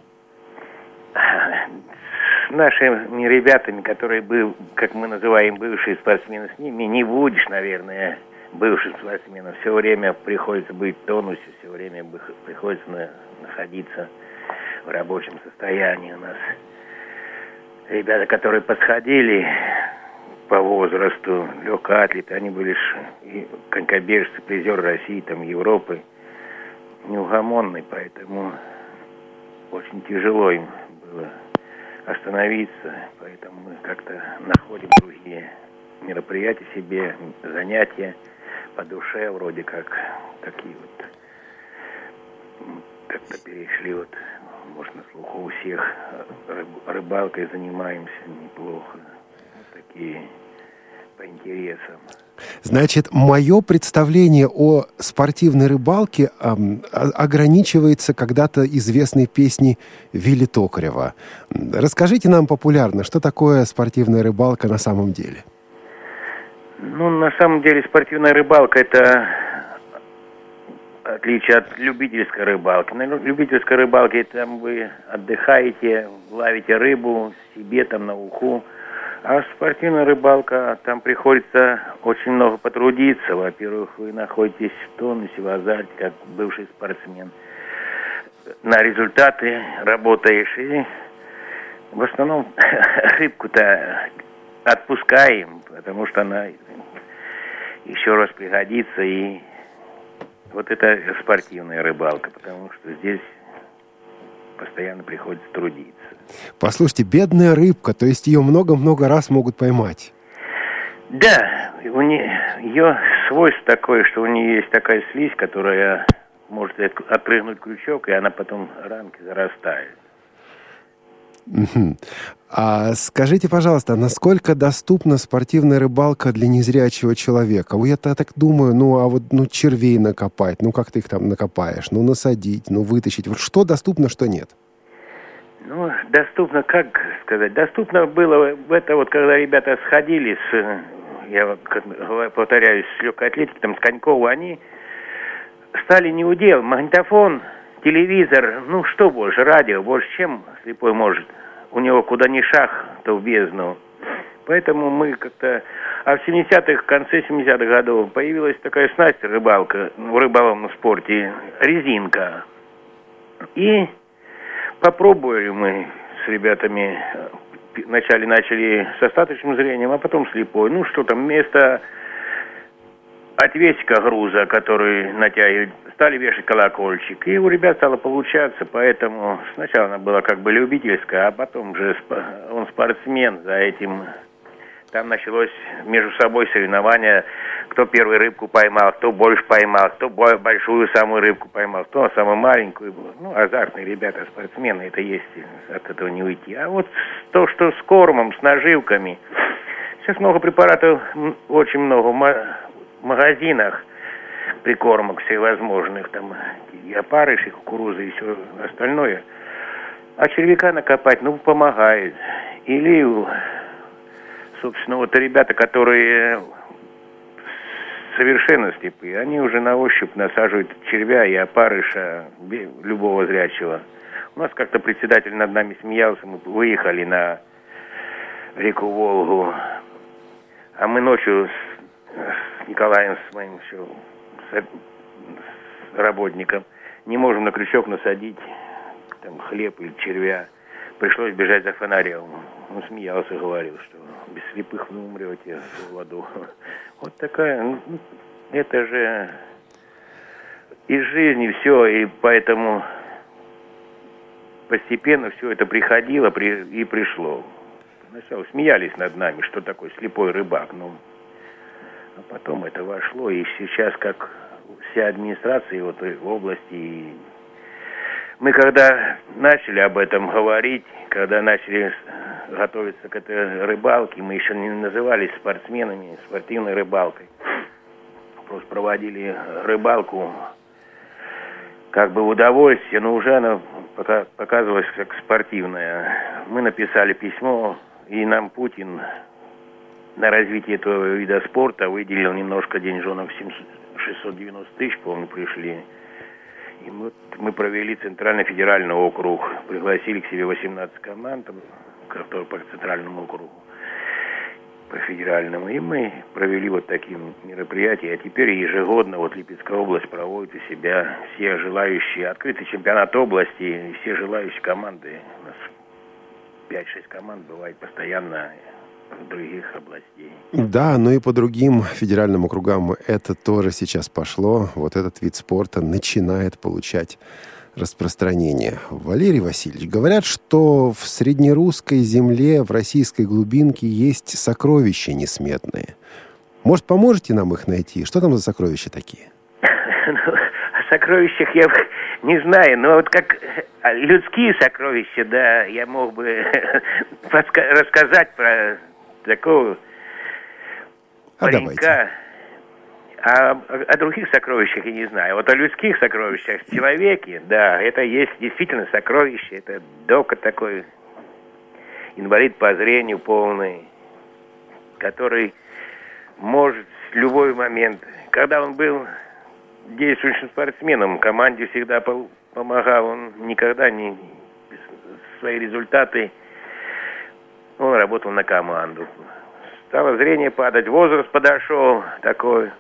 С нашими ребятами, которые, был, как мы называем, бывшие спортсмены, с ними не будешь, наверное, бывшим спортсменом. Все время приходится быть в тонусе, все время приходится на, находиться в рабочем состоянии. У нас ребята, которые подходили по возрасту, легкоатлеты, они были и конькобежцы, призеры России, там, Европы, неугомонные, поэтому очень тяжело им было остановиться, поэтому мы как-то находим другие мероприятия себе, занятия по душе, вроде как такие вот, как-то перешли вот, может, на слуху у всех, рыбалкой занимаемся неплохо, вот такие по интересам. Значит, мое представление о спортивной рыбалке эм, ограничивается когда-то известной песней Вилли Токарева. Расскажите нам популярно, что такое спортивная рыбалка на самом деле? Ну, на самом деле спортивная рыбалка — это отличие от любительской рыбалки. На любительской рыбалке там вы отдыхаете, ловите рыбу себе там на уху. А спортивная рыбалка, там приходится очень много потрудиться. Во-первых, вы находитесь в тонусе, в азарте, как бывший спортсмен. На результаты работаешь. И в основном рыбку-то отпускаем, потому что она еще раз пригодится. И вот это спортивная рыбалка, потому что здесь постоянно приходится трудиться. Послушайте, бедная рыбка, то есть ее много-много раз могут поймать. Да, у нее, ее свойство такое, что у нее есть такая слизь, которая может отпрыгнуть крючок, и она потом рамки зарастает. Угу. А скажите, пожалуйста, насколько доступна спортивная рыбалка для незрячего человека? Я-то так думаю, ну а вот ну, червей накопать, ну как ты их там накопаешь, ну насадить, ну вытащить. Вот что доступно, что нет? Ну, доступно, как сказать, доступно было в это вот, когда ребята сходили с, я повторяюсь, с легкой атлетики, там, с Конькова, они стали неудел, магнитофон, телевизор, ну, что больше, радио, больше, чем слепой может. У него куда ни шаг, то в бездну. Поэтому мы как-то... А в семидесятых, в конце семидесятых годов появилась такая снасть рыбалка, в рыболовном спорте, резинка. И попробовали мы с ребятами, вначале начали с остаточным зрением, а потом слепой. Ну, что там, вместо отвесика груза, который натягивают, стали вешать колокольчик. И у ребят стало получаться, поэтому сначала она была как бы любительская, а потом же он спортсмен, за этим там началось между собой соревнование, кто первую рыбку поймал, кто больше поймал, кто большую самую рыбку поймал, кто самую маленькую. Ну, азартные ребята, спортсмены, это есть, от этого не уйти. А вот то, что с кормом, с наживками, сейчас много препаратов, очень много в магазинах прикормок всевозможных, там и опарыши, и кукурузы, и все остальное. А червяка накопать, ну, помогает. Или, собственно, вот ребята, которые совершенно слепые, они уже на ощупь насаживают червя и опарыша любого зрячего. У нас как-то председатель над нами смеялся, мы выехали на реку Волгу, а мы ночью с, с Николаем, с моим еще с, с работником, не можем на крючок насадить там хлеб или червя. Пришлось бежать за фонарем. Он смеялся, говорил, что без слепых вы умрете в воду. Вот такая, ну, это же из жизни все, и поэтому постепенно все это приходило при, и пришло. Сначала смеялись над нами, что такое слепой рыбак, ну, а потом это вошло, и сейчас как вся администрация вот в области. Мы когда начали об этом говорить, когда начали готовиться к этой рыбалке, мы еще не назывались спортсменами, спортивной рыбалкой. Просто проводили рыбалку как бы в удовольствие, но уже она пока показывалась как спортивная. Мы написали письмо, и нам Путин на развитие этого вида спорта выделил немножко деньжонок, шестьсот девяносто тысяч, по-моему, пришли. И мы, мы провели Центральный федеральный округ, пригласили к себе восемнадцать команд, которые по Центральному округу, по федеральному, и мы провели вот такие мероприятия. А теперь ежегодно вот Липецкая область проводит у себя все желающие, открытый чемпионат области, и все желающие команды, у нас пять-шесть команд бывает постоянно других областей. Да, но и по другим федеральным округам это тоже сейчас пошло. Вот этот вид спорта начинает получать распространение. Валерий Васильевич, говорят, что в среднерусской земле, в российской глубинке есть сокровища несметные. Может, поможете нам их найти? Что там за сокровища такие? О сокровищах я не знаю, но вот как людские сокровища, да, я мог бы рассказать про такого а паренька. А о других сокровищах я не знаю. Вот о людских сокровищах в человеке, да, это есть действительно сокровище. Это Дока такой, инвалид по зрению полный, который может в любой момент, когда он был действующим спортсменом, команде всегда помогал, он никогда не свои результаты, он работал на команду. Стало зрение падать, возраст подошел такой.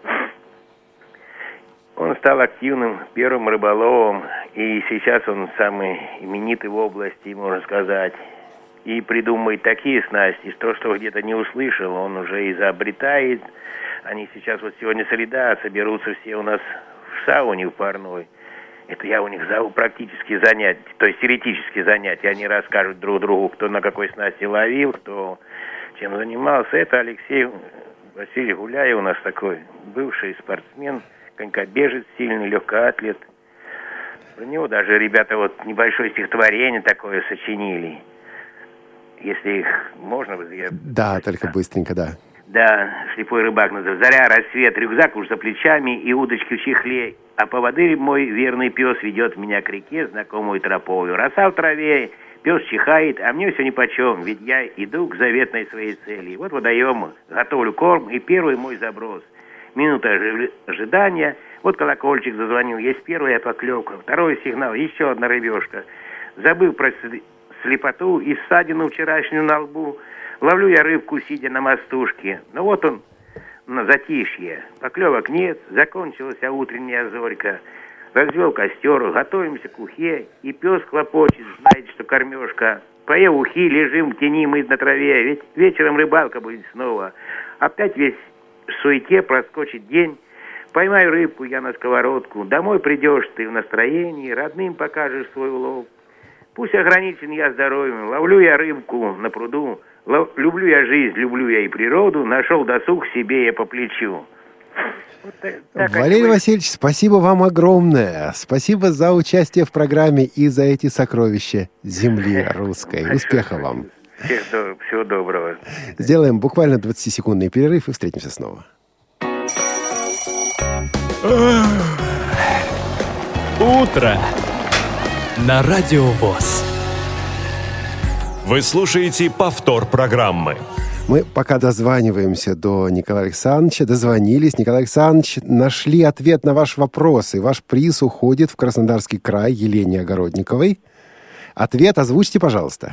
Он стал активным первым рыболовом, и сейчас он самый именитый в области, можно сказать. И придумывает такие снасти, что, что где-то не услышал, он уже изобретает. Они сейчас, вот сегодня среда, соберутся все у нас в сауне в парной. Это я у них зову практические занятия, то есть теоретические занятия. Они расскажут друг другу, кто на какой снасти ловил, кто чем занимался. Это Алексей Васильевич Гуляев у нас такой, бывший спортсмен, конькобежец сильный, легкоатлет. У него даже ребята вот небольшое стихотворение такое сочинили. Если их можно... Я... Да, только быстренько, да. Да, слепой рыбак называется. Заря, рассвет, рюкзак уж за плечами и удочки в чехле. А поводырь мой верный пес ведет меня к реке, знакомую тропою. Роса в траве, пес чихает, а мне все нипочем, ведь я иду к заветной своей цели. Вот водоем, готовлю корм, и первый мой заброс. Минута ожидания, вот колокольчик зазвонил, есть первая поклевка, второй сигнал, еще одна рыбешка. Забыл про слепоту и ссадину вчерашнюю на лбу, ловлю я рыбку, сидя на мостушке. Ну вот он, на затишье, поклевок нет, закончилась утренняя зорька. Развел костер, готовимся к ухе, и пес хлопочет, знает, что кормежка. Поев ухи, лежим в тени мы на траве, ведь вечером рыбалка будет снова. Опять весь в суете проскочит день, Поймай рыбку я на сковородку, домой придешь ты в настроении, родным покажешь свой улов. Пусть ограничен я здоровьем, ловлю я рыбку на пруду, лов... люблю я жизнь, люблю я и природу, нашел досуг себе я по плечу. Вот так, так, Валерий вы... Васильевич, спасибо вам огромное. Спасибо за участие в программе и за эти сокровища земли русской. Успехов вам. Всех, всего доброго. Сделаем буквально двадцатисекундный перерыв и встретимся снова. Утро на Радио ВОС. Вы слушаете повтор программы. Мы пока дозваниваемся до Николая Александровича, дозвонились. Николай Александрович, нашли ответ на ваш вопрос, и ваш приз уходит в Краснодарский край Елене Огородниковой. Ответ озвучьте, пожалуйста.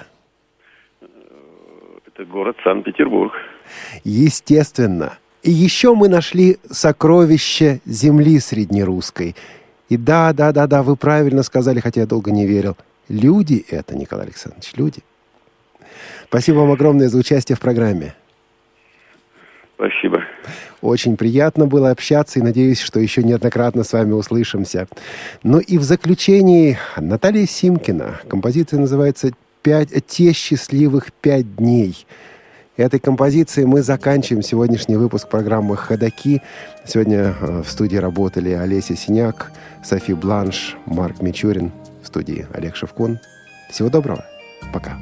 Это город Санкт-Петербург. Естественно. И еще мы нашли сокровище земли среднерусской. И да, да, да, да, вы правильно сказали, хотя я долго не верил. Люди это, Николай Александрович, люди. Спасибо вам огромное за участие в программе. Спасибо. Очень приятно было общаться, и надеюсь, что еще неоднократно с вами услышимся. Ну и в заключении Наталья Симкина. Композиция называется «Пять... «Те счастливых пять дней». Этой композицией мы заканчиваем сегодняшний выпуск программы «Ходоки». Сегодня в студии работали Олеся Синяк, Софи Бланш, Марк Мичурин. В студии Олег Шевкун. Всего доброго. Пока.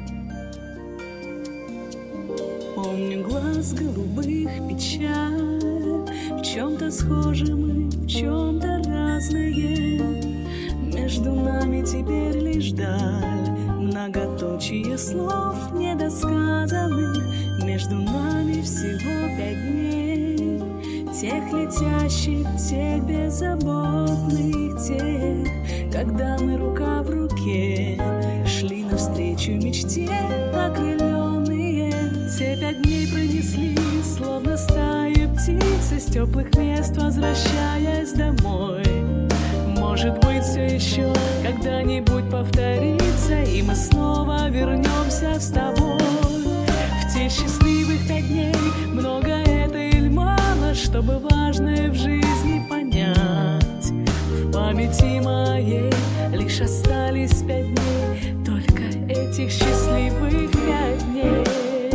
Помню глаз голубых печаль, в чем-то схожи мы, в чем-то разные. Между нами теперь лишь даль, многоточие слов недосказанных. Между нами всего пять дней, тех летящих, тех беззаботных, тех, когда мы рука в руке шли навстречу мечте окрыленные. Те пять дней пронесли, словно стаи птиц из теплых мест, возвращаясь домой. Может быть, все еще когда-нибудь повторится, и мы снова вернемся с тобой. В те счастливых пять дней много это или мало, чтобы важное в жизни понять. В памяти моей лишь остались пять дней, только этих счастливых пять дней.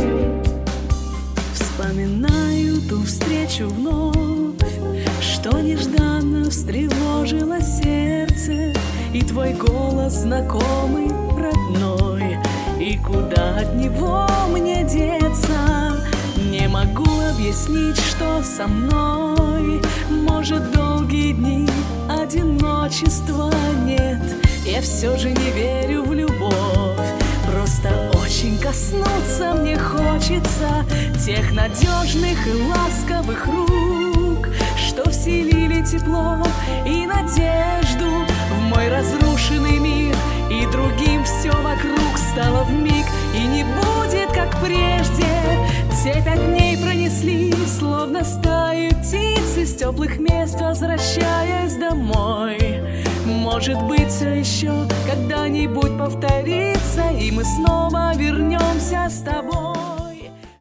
Вспоминаю ту встречу вновь, что нежданно встревожило сердце, и твой голос знакомый, родной, и куда от него мне деться? Не могу объяснить, что со мной. Может, долгие дни одиночества нет, я все же не верю в любовь. Просто очень коснуться мне хочется тех надежных и ласковых рук, что вселили тепло и надежду в мой разрушенный мир. И другим все вокруг стало вмиг, и не будет, как прежде. Те пять дней пронесли, словно стаи птиц из теплых мест, возвращаясь домой. Может быть, все еще когда-нибудь повторится, и мы снова вернемся с тобой.